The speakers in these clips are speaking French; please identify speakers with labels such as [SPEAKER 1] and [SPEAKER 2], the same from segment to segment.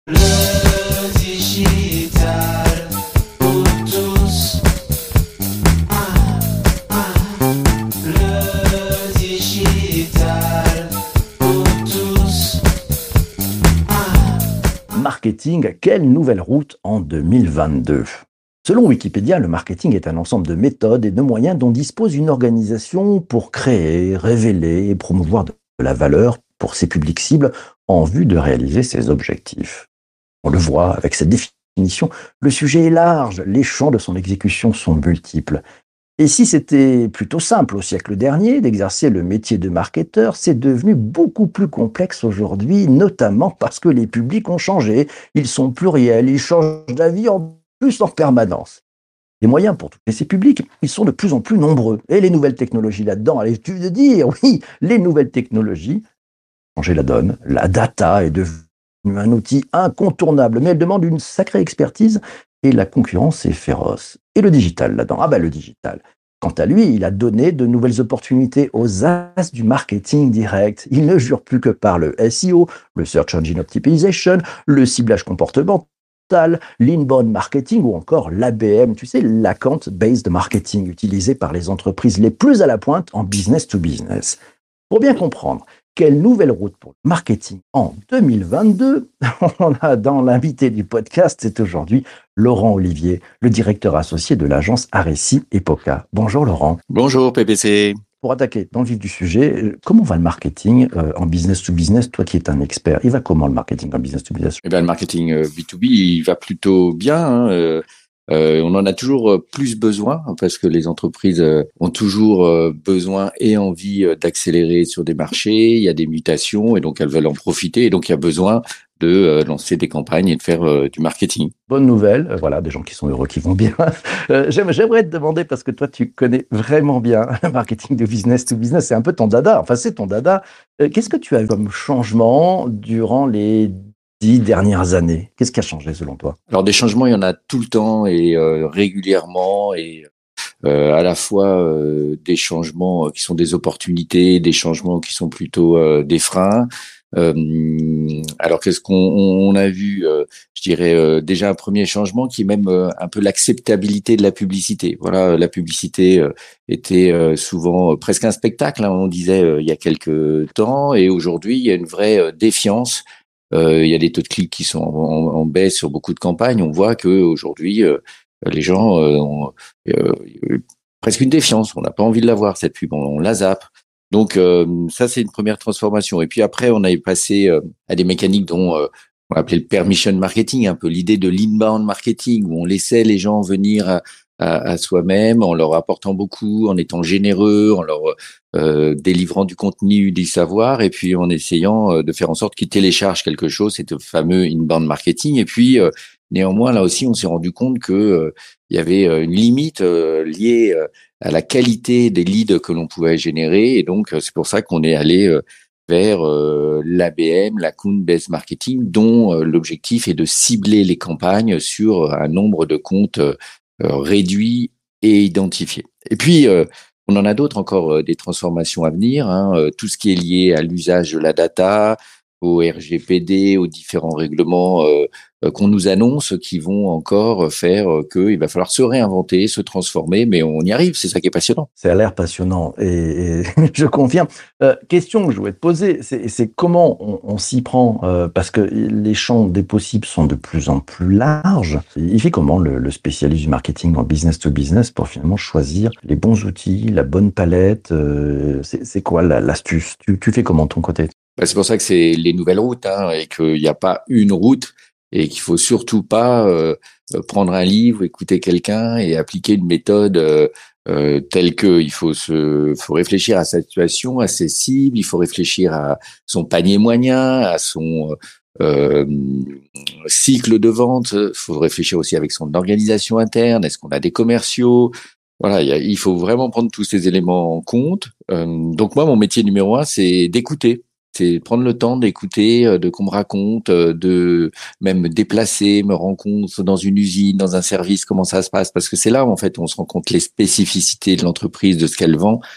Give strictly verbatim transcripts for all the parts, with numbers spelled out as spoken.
[SPEAKER 1] Le digital pour tous. Ah, ah. Le digital pour tous. Ah.
[SPEAKER 2] Marketing, quelle nouvelle route en deux mille vingt-deux? Selon Wikipédia, le marketing est un ensemble de méthodes et de moyens dont dispose une organisation pour créer, révéler et promouvoir de la valeur pour ses publics cibles en vue de réaliser ses objectifs. On le voit avec cette définition, le sujet est large, les champs de son exécution sont multiples. Et si c'était plutôt simple au siècle dernier d'exercer le métier de marketeur, c'est devenu beaucoup plus complexe aujourd'hui, notamment parce que les publics ont changé, ils sont pluriels, ils changent d'avis en plus en permanence. Les moyens pour toucher ces publics, ils sont de plus en plus nombreux. Et les nouvelles technologies là-dedans, allez-tu de dire, oui, les nouvelles technologies ont changé la donne, la data est devenue un outil incontournable, mais elle demande une sacrée expertise et la concurrence est féroce. Et le digital là-dedans, ah ben le digital, quant à lui, il a donné de nouvelles opportunités aux as du marketing direct. Il ne jure plus que par le S E O, le Search Engine Optimization, le ciblage comportemental, l'inbound marketing ou encore l'A B M, tu sais, l'account-based marketing utilisé par les entreprises les plus à la pointe en business to business. Pour bien comprendre, quelle nouvelle route pour le marketing en deux mille vingt-deux? On a dans l'invité du podcast, c'est aujourd'hui Laurent Olivier, le directeur associé de l'agence Aressi Epoca. Bonjour Laurent.
[SPEAKER 3] Bonjour P P C.
[SPEAKER 2] Pour attaquer dans le vif du sujet, comment va le marketing euh, en business to business? Toi qui es un expert, il va comment le marketing en business to business?
[SPEAKER 3] Eh bien, le marketing euh, B deux B, il va plutôt bien. Hein, euh, Euh, on en a toujours plus besoin parce que les entreprises ont toujours besoin et envie d'accélérer sur des marchés. Il y a des mutations et donc elles veulent en profiter. Et donc il y a besoin de lancer des campagnes et de faire du marketing.
[SPEAKER 2] Bonne nouvelle, euh, voilà, des gens qui sont heureux, qui vont bien. Euh, j'aimerais te demander, parce que toi tu connais vraiment bien le marketing de business to business, c'est un peu ton dada, enfin c'est ton dada. Euh, qu'est-ce que tu as vu comme changement durant les dix dernières années? Qu'est-ce qui a changé selon toi?
[SPEAKER 3] Alors des changements, il y en a tout le temps et euh, régulièrement et euh, à la fois euh, des changements qui sont des opportunités, des changements qui sont plutôt euh, des freins. Euh, alors qu'est-ce qu'on on a vu euh, je dirais euh, déjà un premier changement qui est même euh, un peu l'acceptabilité de la publicité. Voilà, la publicité euh, était euh, souvent euh, presque un spectacle, hein, on disait euh, il y a quelques temps, et aujourd'hui il y a une vraie euh, défiance. Euh, il y a des taux de clics qui sont en, en baisse sur beaucoup de campagnes. On voit que aujourd'hui euh, les gens euh, ont euh, presque une défiance. On n'a pas envie de la voir cette pub, on, on la zappe. Donc euh, ça c'est une première transformation. Et puis après on est passé euh, à des mécaniques dont euh, on appelait le permission marketing, un peu l'idée de l'inbound marketing où on laissait les gens venir à, à, à soi-même en leur apportant beaucoup, en étant généreux, en leur euh, délivrant du contenu, du savoir, et puis en essayant euh, de faire en sorte qu'ils téléchargent quelque chose, c'est le fameux inbound marketing. Et puis euh, néanmoins là aussi on s'est rendu compte que euh, il y avait une limite euh, liée euh, à la qualité des leads que l'on pouvait générer, et donc c'est pour ça qu'on est allé euh, vers euh, l'A B M, l'account-based marketing, dont euh, l'objectif est de cibler les campagnes sur un nombre de comptes euh, réduit et identifié. Et puis euh, on en a d'autres encore, euh, des transformations à venir, hein, euh, tout ce qui est lié à l'usage de la data, au R G P D, aux différents règlements euh, euh, qu'on nous annonce, qui vont encore faire euh, qu'il va falloir se réinventer, se transformer, mais on y arrive, c'est ça qui est passionnant.
[SPEAKER 2] Ça a l'air passionnant et, et je confirme. Euh, question que je voulais te poser, c'est, c'est comment on, on s'y prend euh, parce que les champs des possibles sont de plus en plus larges. Il fait comment le, le spécialiste du marketing en business to business pour finalement choisir les bons outils, la bonne palette euh, c'est, c'est quoi la, l'astuce? tu, tu fais comment de ton côté?
[SPEAKER 3] C'est pour ça que c'est les nouvelles routes, hein, et qu'il n'y a pas une route, et qu'il faut surtout pas euh, prendre un livre, écouter quelqu'un et appliquer une méthode euh, euh, telle que il faut se, faut réfléchir à sa situation, à ses cibles, il faut réfléchir à son panier moyen, à son euh, cycle de vente, il faut réfléchir aussi avec son organisation interne, est-ce qu'on a des commerciaux? Voilà, il, y a, il faut vraiment prendre tous ces éléments en compte. Euh, donc moi, mon métier numéro un, c'est d'écouter. C'est prendre le temps d'écouter, de qu'on me raconte, de même me déplacer, me rendre compte dans une usine, dans un service, comment ça se passe. Parce que c'est là où, en fait, on se rend compte les spécificités de l'entreprise, de ce qu'elle vend.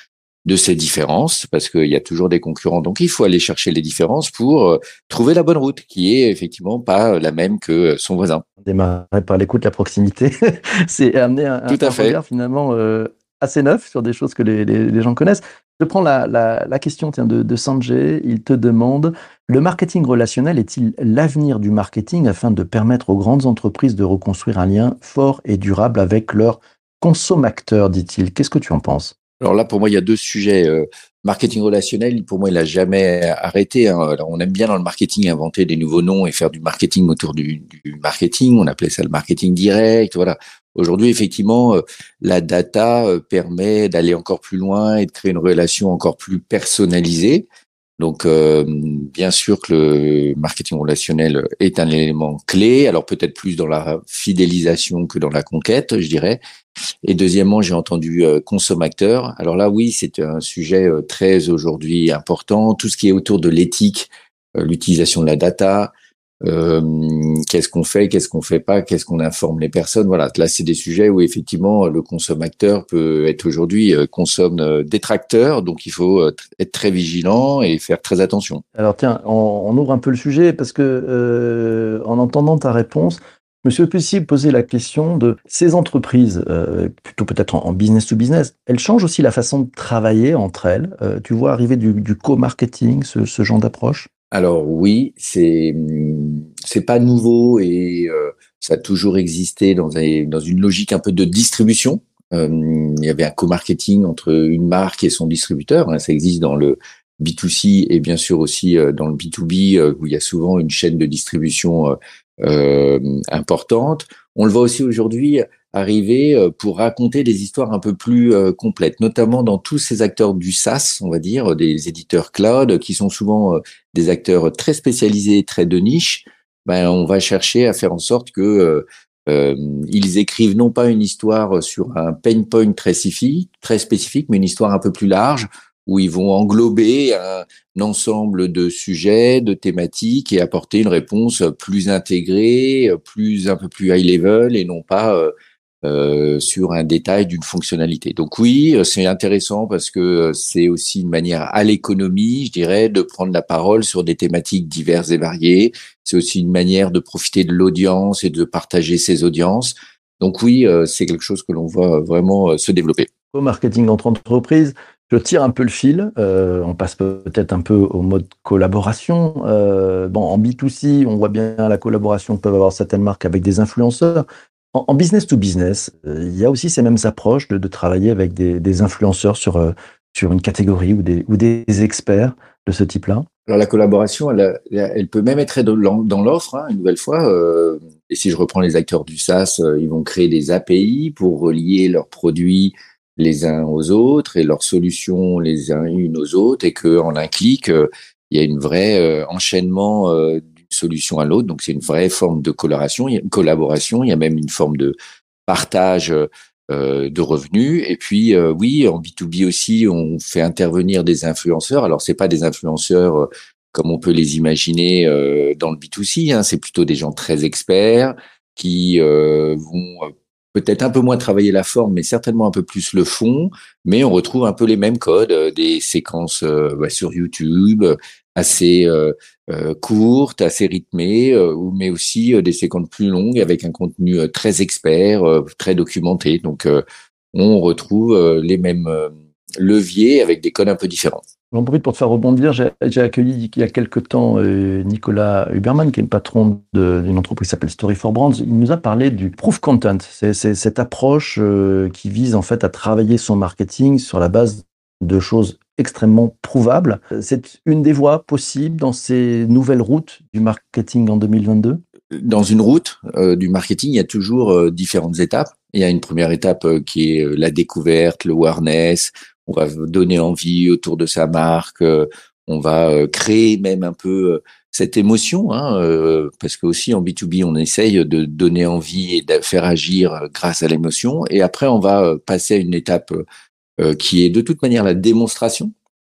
[SPEAKER 3] de ces différences, parce qu'il y a toujours des concurrents. Donc, il faut aller chercher les différences pour euh, trouver la bonne route, qui est effectivement pas la même que son voisin.
[SPEAKER 2] Démarrer par l'écoute, la proximité, c'est amener un,
[SPEAKER 3] Tout
[SPEAKER 2] un
[SPEAKER 3] à fait.
[SPEAKER 2] regard finalement euh, assez neuf sur des choses que les, les, les gens connaissent. Je prends la, la, la question tiens, de, de Sanjay. Il te demande, le marketing relationnel est-il l'avenir du marketing afin de permettre aux grandes entreprises de reconstruire un lien fort et durable avec leurs consommateurs, dit-il. Qu'est-ce que tu en penses?
[SPEAKER 3] Alors là, pour moi, il y a deux sujets. Euh, marketing relationnel, pour moi, il a jamais arrêté. Hein. Alors, on aime bien dans le marketing inventer des nouveaux noms et faire du marketing autour du, du marketing. On appelait ça le marketing direct. Voilà. Aujourd'hui, effectivement, euh, la data euh, permet d'aller encore plus loin et de créer une relation encore plus personnalisée. Donc, euh, bien sûr que le marketing relationnel est un élément clé. Alors, peut-être plus dans la fidélisation que dans la conquête, je dirais. Et deuxièmement, j'ai entendu euh, consommateur. Alors là, oui, c'est un sujet euh, très aujourd'hui important. Tout ce qui est autour de l'éthique, euh, l'utilisation de la data, euh, qu'est-ce qu'on fait, qu'est-ce qu'on fait pas, qu'est-ce qu'on informe les personnes. Voilà, là, c'est des sujets où effectivement le consommateur peut être aujourd'hui euh, consomme euh, détracteur. Donc, il faut euh, être très vigilant et faire très attention.
[SPEAKER 2] Alors tiens, on, on ouvre un peu le sujet parce que euh, en entendant ta réponse, je me suis aussi posé la question de ces entreprises, euh, plutôt peut-être en, en business to business, elles changent aussi la façon de travailler entre elles. Euh, tu vois arriver du, du co-marketing, ce, ce genre d'approche?
[SPEAKER 3] Alors oui, c'est c'est pas nouveau et euh, ça a toujours existé dans un, dans une logique un peu de distribution. Euh, il y avait un co-marketing entre une marque et son distributeur. Hein, ça existe dans le B deux C et bien sûr aussi euh, dans le B deux B euh, où il y a souvent une chaîne de distribution euh, euh, importante. On le voit aussi aujourd'hui arriver euh, pour raconter des histoires un peu plus euh, complètes, notamment dans tous ces acteurs du SaaS, on va dire, des éditeurs cloud qui sont souvent euh, des acteurs très spécialisés, très de niche. Ben, on va chercher à faire en sorte que euh, euh, ils écrivent non pas une histoire sur un pain point très spécifique, très spécifique, mais une histoire un peu plus large où ils vont englober un, un ensemble de sujets, de thématiques et apporter une réponse plus intégrée, plus un peu plus high level et non pas euh, euh, sur un détail d'une fonctionnalité. Donc oui, c'est intéressant parce que c'est aussi une manière à l'économie, je dirais, de prendre la parole sur des thématiques diverses et variées. C'est aussi une manière de profiter de l'audience et de partager ses audiences. Donc oui, c'est quelque chose que l'on voit vraiment se développer.
[SPEAKER 2] Au marketing entre entreprises, je tire un peu le fil. Euh, on passe peut-être un peu au mode collaboration. Euh, bon, en B deux C, on voit bien la collaboration que peuvent avoir certaines marques avec des influenceurs. En, en business to business, euh, il y a aussi ces mêmes approches de, de travailler avec des, des influenceurs sur, euh, sur une catégorie ou des, ou des experts de ce type-là.
[SPEAKER 3] Alors la collaboration, elle, elle peut même être dans l'offre, hein, une nouvelle fois. Euh, et si je reprends les acteurs du SaaS, euh, ils vont créer des A P I pour relier leurs produits les uns aux autres et leurs solutions les uns unes aux autres, et que en un clic, euh, il y a une vraie euh, enchaînement euh, d'une solution à l'autre. Donc c'est une vraie forme de collaboration. Il y a une collaboration, il y a même une forme de partage euh, de revenus. Et puis euh, oui, en B deux B aussi, on fait intervenir des influenceurs. Alors c'est pas des influenceurs euh, comme on peut les imaginer euh, dans le B deux C. Hein. C'est plutôt des gens très experts qui euh, vont peut-être un peu moins travailler la forme, mais certainement un peu plus le fond. Mais on retrouve un peu les mêmes codes, euh, des séquences euh, bah, sur YouTube, euh, assez euh, euh, courtes, assez rythmées, euh, mais aussi euh, des séquences plus longues avec un contenu euh, très expert, euh, très documenté. Donc, euh, on retrouve euh, les mêmes euh, leviers avec des codes un peu différents.
[SPEAKER 2] J'en profite pour te faire rebondir. J'ai, j'ai accueilli il y a quelques temps euh, Nicolas Huberman, qui est le patron de, d'une entreprise qui s'appelle Story for Brands. Il nous a parlé du proof content. C'est, c'est cette approche euh, qui vise en fait à travailler son marketing sur la base de choses extrêmement prouvables. C'est une des voies possibles dans ces nouvelles routes du marketing en deux mille vingt-deux.
[SPEAKER 3] Dans une route euh, du marketing, il y a toujours euh, différentes étapes. Il y a une première étape euh, qui est euh, la découverte, le awareness. On va donner envie autour de sa marque. Euh, on va euh, créer même un peu euh, cette émotion, hein, euh, parce que aussi en B deux B, on essaye de donner envie et de faire agir euh, grâce à l'émotion. Et après, on va euh, passer à une étape euh, qui est de toute manière la démonstration.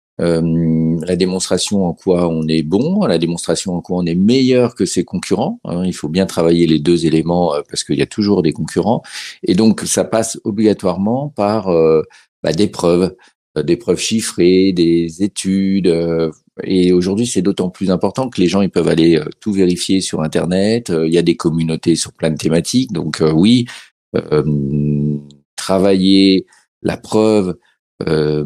[SPEAKER 3] Euh, la démonstration en quoi on est bon, la démonstration en quoi on est meilleur que ses concurrents. Hein, il faut bien travailler les deux éléments euh, parce qu'il y a toujours des concurrents. Et donc, ça passe obligatoirement par euh, bah, des preuves, euh, des preuves chiffrées, des études. Euh, et aujourd'hui, c'est d'autant plus important que les gens ils peuvent aller euh, tout vérifier sur Internet. Euh, Il y a des communautés sur plein de thématiques. Donc euh, oui, euh, travailler la preuve, euh,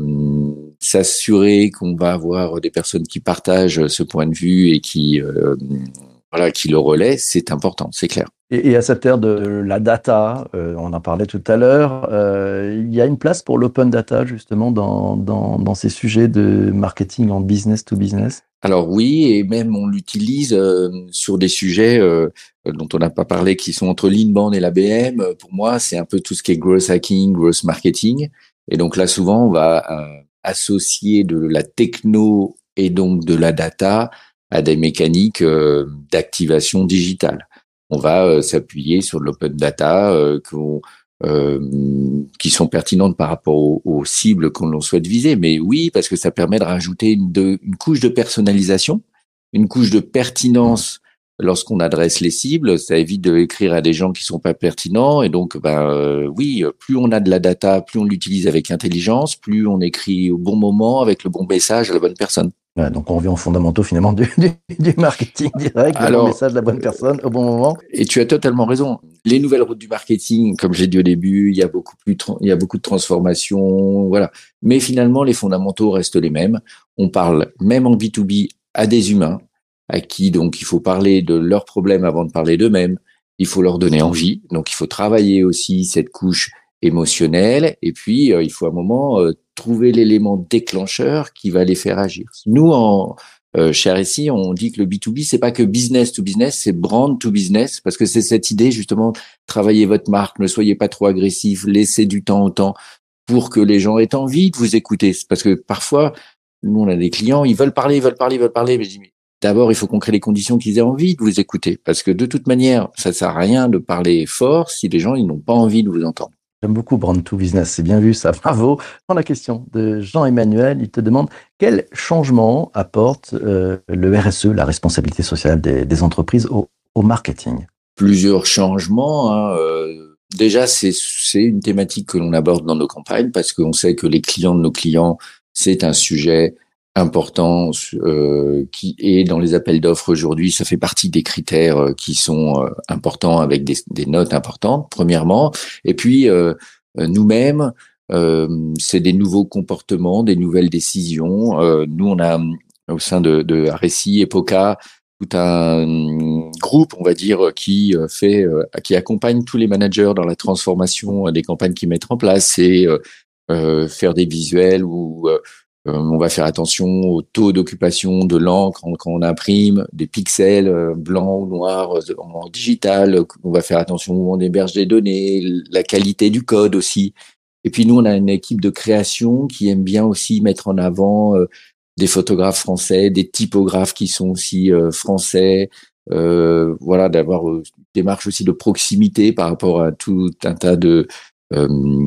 [SPEAKER 3] s'assurer qu'on va avoir des personnes qui partagent ce point de vue et qui euh, voilà qui le relaient, c'est important, c'est clair.
[SPEAKER 2] Et, et à cette ère de la data, euh, on en parlait tout à l'heure, euh, il y a une place pour l'open data justement dans, dans, dans ces sujets de marketing en business to business?
[SPEAKER 3] Alors oui, et même on l'utilise euh, sur des sujets euh, dont on n'a pas parlé, qui sont entre l'inbound et l'A B M. Pour moi, c'est un peu tout ce qui est growth hacking, growth marketing. Et donc là, souvent, on va euh, associer de la techno et donc de la data à des mécaniques euh, d'activation digitale. On va euh, s'appuyer sur de l'open data euh, qu'on Euh, qui sont pertinentes par rapport aux, aux cibles qu'on l'on souhaite viser. Mais oui, parce que ça permet de rajouter une, de, une couche de personnalisation, une couche de pertinence lorsqu'on adresse les cibles. Ça évite de écrire à des gens qui sont pas pertinents. Et donc, ben euh, oui, plus on a de la data, plus on l'utilise avec intelligence, plus on écrit au bon moment avec le bon message à la bonne personne.
[SPEAKER 2] Ouais, donc on revient aux fondamentaux finalement du, du, du marketing direct, le
[SPEAKER 3] Alors,
[SPEAKER 2] bon message de la bonne personne au bon moment.
[SPEAKER 3] Et tu as totalement raison. Les nouvelles routes du marketing, comme j'ai dit au début, il y a beaucoup plus, il y a beaucoup de transformations, voilà. Mais finalement, les fondamentaux restent les mêmes. On parle même en B deux B à des humains, à qui donc il faut parler de leurs problèmes avant de parler d'eux-mêmes. Il faut leur donner envie. Donc il faut travailler aussi cette couche émotionnelle. Et puis euh, il faut à un moment euh, trouver l'élément déclencheur qui va les faire agir. Nous en Euh, chez R S I, on dit que le B deux B, c'est pas que business to business, c'est brand to business, parce que c'est cette idée, justement, travaillez votre marque, ne soyez pas trop agressif, laissez du temps au temps pour que les gens aient envie de vous écouter. Parce que parfois, nous, on a des clients, ils veulent parler, ils veulent parler, ils veulent parler, mais je dis, mais d'abord, il faut qu'on crée les conditions qu'ils aient envie de vous écouter. Parce que de toute manière, ça sert à rien de parler fort si les gens, ils n'ont pas envie de vous entendre.
[SPEAKER 2] J'aime beaucoup Brand to Business, c'est bien vu ça, bravo. Dans la question de Jean-Emmanuel, il te demande quel changement apporte euh, le R S E, la responsabilité sociale des, des entreprises, au, au marketing?
[SPEAKER 3] Plusieurs changements. Hein, euh, déjà, c'est, c'est une thématique que l'on aborde dans nos campagnes parce qu'on sait que les clients de nos clients, c'est un sujet important euh, qui est dans les appels d'offres aujourd'hui. Ça fait partie des critères qui sont euh, importants avec des, des notes importantes, premièrement. Et puis, euh, nous-mêmes, euh, c'est des nouveaux comportements, des nouvelles décisions. Euh, nous, on a au sein de, de R S I, EPOCA, tout un groupe, on va dire, qui fait, qui accompagne tous les managers dans la transformation des campagnes qu'ils mettent en place, et euh, faire des visuels où euh, on va faire attention au taux d'occupation de l'encre quand on imprime, des pixels blancs ou noirs en digital. On va faire attention où on héberge des données, la qualité du code aussi. Et puis nous, on a une équipe de création qui aime bien aussi mettre en avant euh, des photographes français, des typographes qui sont aussi euh, français, euh, voilà, d'avoir euh, une démarche aussi de proximité par rapport à tout un tas de euh,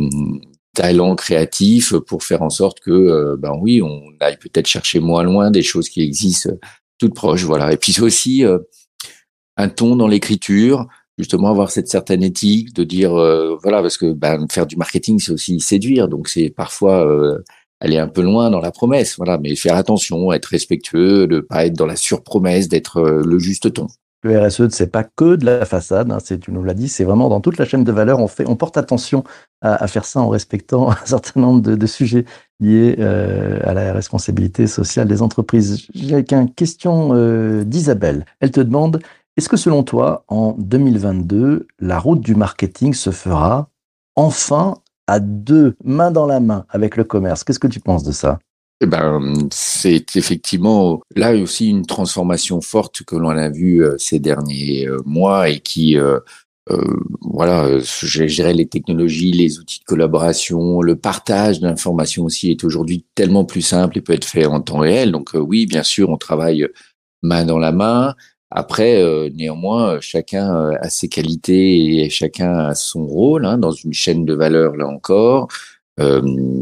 [SPEAKER 3] talents créatifs pour faire en sorte que, euh, ben oui, on aille peut-être chercher moins loin des choses qui existent euh, toutes proches, voilà. Et puis c'est aussi euh, un ton dans l'écriture, justement avoir cette certaine éthique de dire, euh, voilà, parce que ben faire du marketing, c'est aussi séduire, donc c'est parfois euh, aller un peu loin dans la promesse, voilà, mais faire attention, être respectueux, de pas être dans la surpromesse, d'être euh, le juste ton.
[SPEAKER 2] Le R S E, c'est pas que de la façade, hein, c'est, tu nous l'as dit, c'est vraiment dans toute la chaîne de valeur. On fait, on porte attention à, à faire ça en respectant un certain nombre de, de sujets liés euh, à la responsabilité sociale des entreprises. J'ai une question euh, d'Isabelle. Elle te demande: est-ce que selon toi, en deux mille vingt-deux, la route du marketing se fera enfin à deux, main dans la main avec le commerce? Qu'est-ce que tu penses de ça?
[SPEAKER 3] Eh ben, c'est effectivement là aussi une transformation forte que l'on a vue euh, ces derniers euh, mois et qui, euh, euh, voilà, je dirais les technologies, les outils de collaboration, le partage d'informations aussi est aujourd'hui tellement plus simple et peut être fait en temps réel. Donc euh, oui, bien sûr, on travaille main dans la main. Après, euh, néanmoins, chacun a ses qualités et chacun a son rôle hein, dans une chaîne de valeur, là encore. Euh,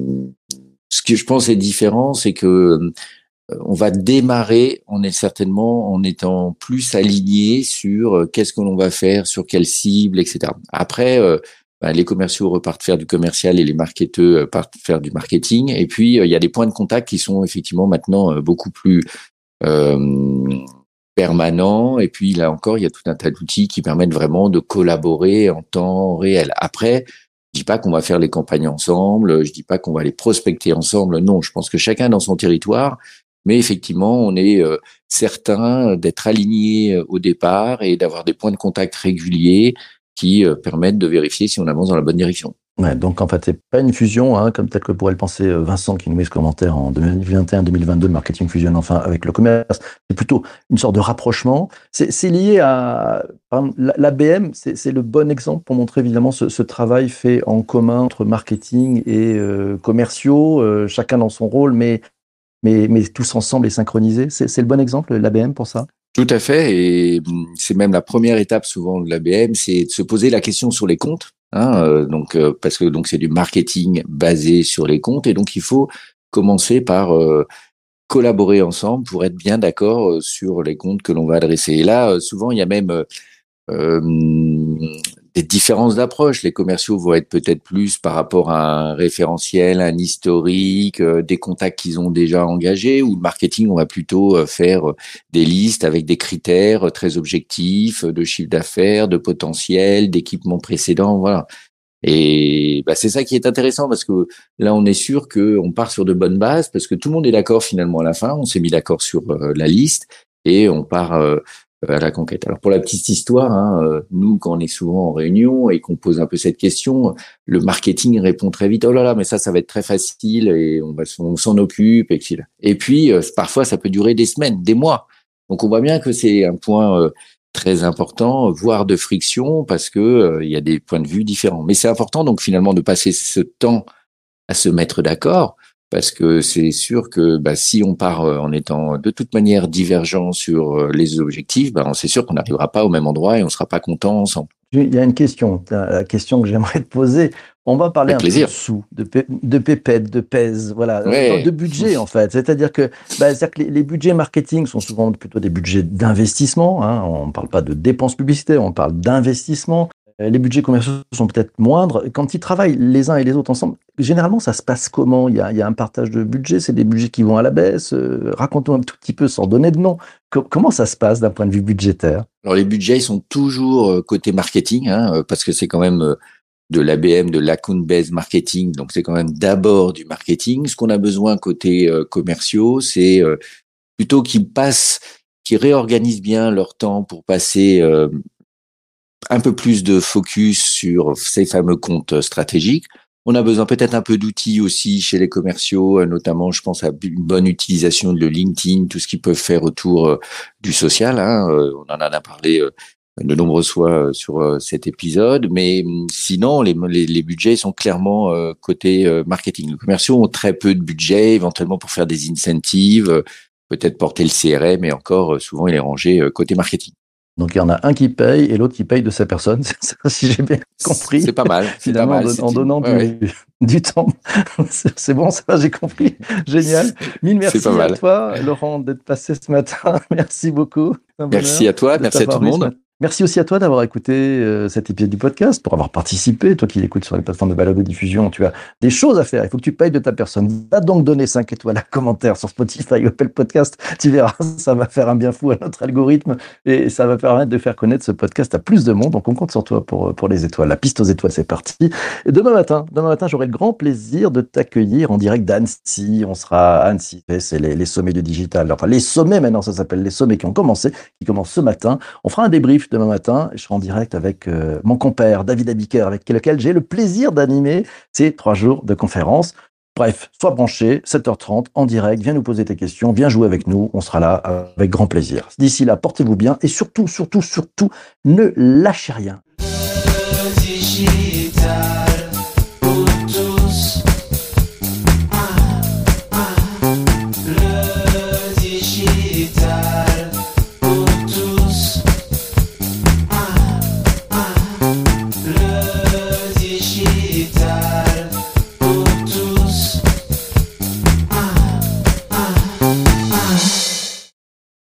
[SPEAKER 3] ce que je pense est différent, c'est que euh, on va démarrer, on est certainement en étant plus aligné sur euh, qu'est-ce que l'on va faire, sur quelle cible, et cetera. Après, euh, ben, les commerciaux repartent faire du commercial et les marketeurs partent faire du marketing. Et puis, il y a des points de contact qui sont effectivement maintenant beaucoup plus euh, permanents. Et puis, là encore, il y a tout un tas d'outils qui permettent vraiment de collaborer en temps réel. Après, je dis pas qu'on va faire les campagnes ensemble, je dis pas qu'on va les prospecter ensemble. Non, je pense que chacun dans son territoire. Mais effectivement, on est euh, certain d'être aligné au départ et d'avoir des points de contact réguliers qui euh, permettent de vérifier si on avance dans la bonne direction.
[SPEAKER 2] Ouais, donc en fait, c'est pas une fusion, hein, comme tel que pourrait le penser Vincent qui nous met ce commentaire en deux mille vingt et un deux mille vingt-deux, le marketing fusionne enfin avec le commerce. C'est plutôt une sorte de rapprochement. C'est, c'est lié à, par exemple, l'A B M, c'est, c'est le bon exemple pour montrer évidemment ce, ce travail fait en commun entre marketing et euh, commerciaux, euh, chacun dans son rôle, mais Mais, mais tous ensemble et synchronisés, c'est, c'est le bon exemple, l'A B M, pour ça?
[SPEAKER 3] Tout à fait, et c'est même la première étape souvent de l'A B M, c'est de se poser la question sur les comptes, hein, euh, donc euh, parce que donc c'est du marketing basé sur les comptes, et donc il faut commencer par euh, collaborer ensemble pour être bien d'accord sur les comptes que l'on va adresser. Et là, souvent, il y a même euh, euh, des différences d'approche. Les commerciaux vont être peut-être plus par rapport à un référentiel, un historique, euh, des contacts qu'ils ont déjà engagés, ou le marketing, on va plutôt euh, faire des listes avec des critères très objectifs de chiffre d'affaires, de potentiel, d'équipement précédent, voilà. Et bah, c'est ça qui est intéressant parce que là, on est sûr qu'on part sur de bonnes bases parce que tout le monde est d'accord finalement à la fin. On s'est mis d'accord sur euh, la liste et on part euh, à la conquête. Alors pour la petite histoire, hein, euh, nous quand on est souvent en réunion et qu'on pose un peu cette question, le marketing répond très vite. Oh là là, mais ça, ça va être très facile et on va on s'en occupe. Et, et puis euh, parfois, ça peut durer des semaines, des mois. Donc on voit bien que c'est un point euh, très important, voire de friction, parce que euh, il y a des points de vue différents. Mais c'est important donc finalement de passer ce temps à se mettre d'accord, parce que c'est sûr que bah, si on part euh, en étant de toute manière divergent sur euh, les objectifs, bah, c'est sûr qu'on n'arrivera pas au même endroit et on sera pas content ensemble.
[SPEAKER 2] Il y a une question, la question que j'aimerais te poser. On va parler
[SPEAKER 3] Avec
[SPEAKER 2] un
[SPEAKER 3] plaisir.
[SPEAKER 2] peu de sous, de, p- de pépettes, de pèse, voilà,
[SPEAKER 3] Ouais.
[SPEAKER 2] de budget en fait. C'est-à-dire que, bah, c'est-à-dire que les, les budgets marketing sont souvent plutôt des budgets d'investissement. Hein. On ne parle pas de dépenses publicitaires, on parle d'investissement. Les budgets commerciaux sont peut-être moindres. Quand ils travaillent les uns et les autres ensemble, généralement, ça se passe comment? Il y a, il y a un partage de budget, c'est des budgets qui vont à la baisse. Euh, raconte-nous un tout petit peu, sans donner de nom. Co- comment ça se passe d'un point de vue budgétaire?
[SPEAKER 3] Alors les budgets ils sont toujours côté marketing, hein, parce que c'est quand même de l'A B M, de l'account-based marketing, donc c'est quand même d'abord du marketing. Ce qu'on a besoin côté euh, commerciaux, c'est euh, plutôt qu'ils passent, qu'ils réorganisent bien leur temps pour passer euh, un peu plus de focus sur ces fameux comptes stratégiques. On a besoin peut-être un peu d'outils aussi chez les commerciaux, notamment je pense à une bonne utilisation de LinkedIn, tout ce qu'ils peuvent faire autour euh, du social. Hein. Euh, on en a parlé euh, de nombreuses fois euh, sur euh, cet épisode, mais sinon les, les, les budgets sont clairement euh, côté euh, marketing. Les commerciaux ont très peu de budget, éventuellement pour faire des incentives, euh, peut-être porter le C R M, et encore euh, souvent il est rangé euh, côté marketing.
[SPEAKER 2] Donc il y en a un qui paye et l'autre qui paye de sa personne, c'est ça, si j'ai bien compris.
[SPEAKER 3] C'est pas mal. C'est
[SPEAKER 2] Finalement,
[SPEAKER 3] pas mal.
[SPEAKER 2] en,
[SPEAKER 3] C'est
[SPEAKER 2] en
[SPEAKER 3] une...
[SPEAKER 2] donnant
[SPEAKER 3] ouais,
[SPEAKER 2] du,
[SPEAKER 3] ouais.
[SPEAKER 2] du temps. C'est, c'est bon, ça, j'ai compris. Génial. Mille merci
[SPEAKER 3] pas mal.
[SPEAKER 2] à toi, Laurent, d'être passé ce matin. Merci beaucoup. Un
[SPEAKER 3] Merci à toi, merci à tout le monde.
[SPEAKER 2] Merci aussi à toi d'avoir écouté euh, cet épisode du podcast, pour avoir participé. Toi qui l'écoutes sur les plateformes de balado-diffusion, tu as des choses à faire. Il faut que tu payes de ta personne. Va donc donner cinq étoiles à commentaire sur Spotify ou Apple Podcast. Tu verras, ça va faire un bien fou à notre algorithme et ça va permettre de faire connaître ce podcast à plus de monde. Donc on compte sur toi pour, pour les étoiles. La piste aux étoiles, c'est parti. Et demain matin, demain matin, j'aurai le grand plaisir de t'accueillir en direct d'Annecy. On sera à Annecy. C'est les, les sommets du digital. Enfin, les sommets maintenant, ça s'appelle les sommets qui ont commencé, qui commencent ce matin. On fera un débrief demain matin. Je serai en direct avec euh, mon compère David Abiker, avec lequel j'ai le plaisir d'animer ces trois jours de conférence. Bref, sois branché, sept heures trente, en direct, viens nous poser tes questions, viens jouer avec nous, on sera là avec grand plaisir. D'ici là, portez-vous bien et surtout, surtout, surtout, ne lâchez rien.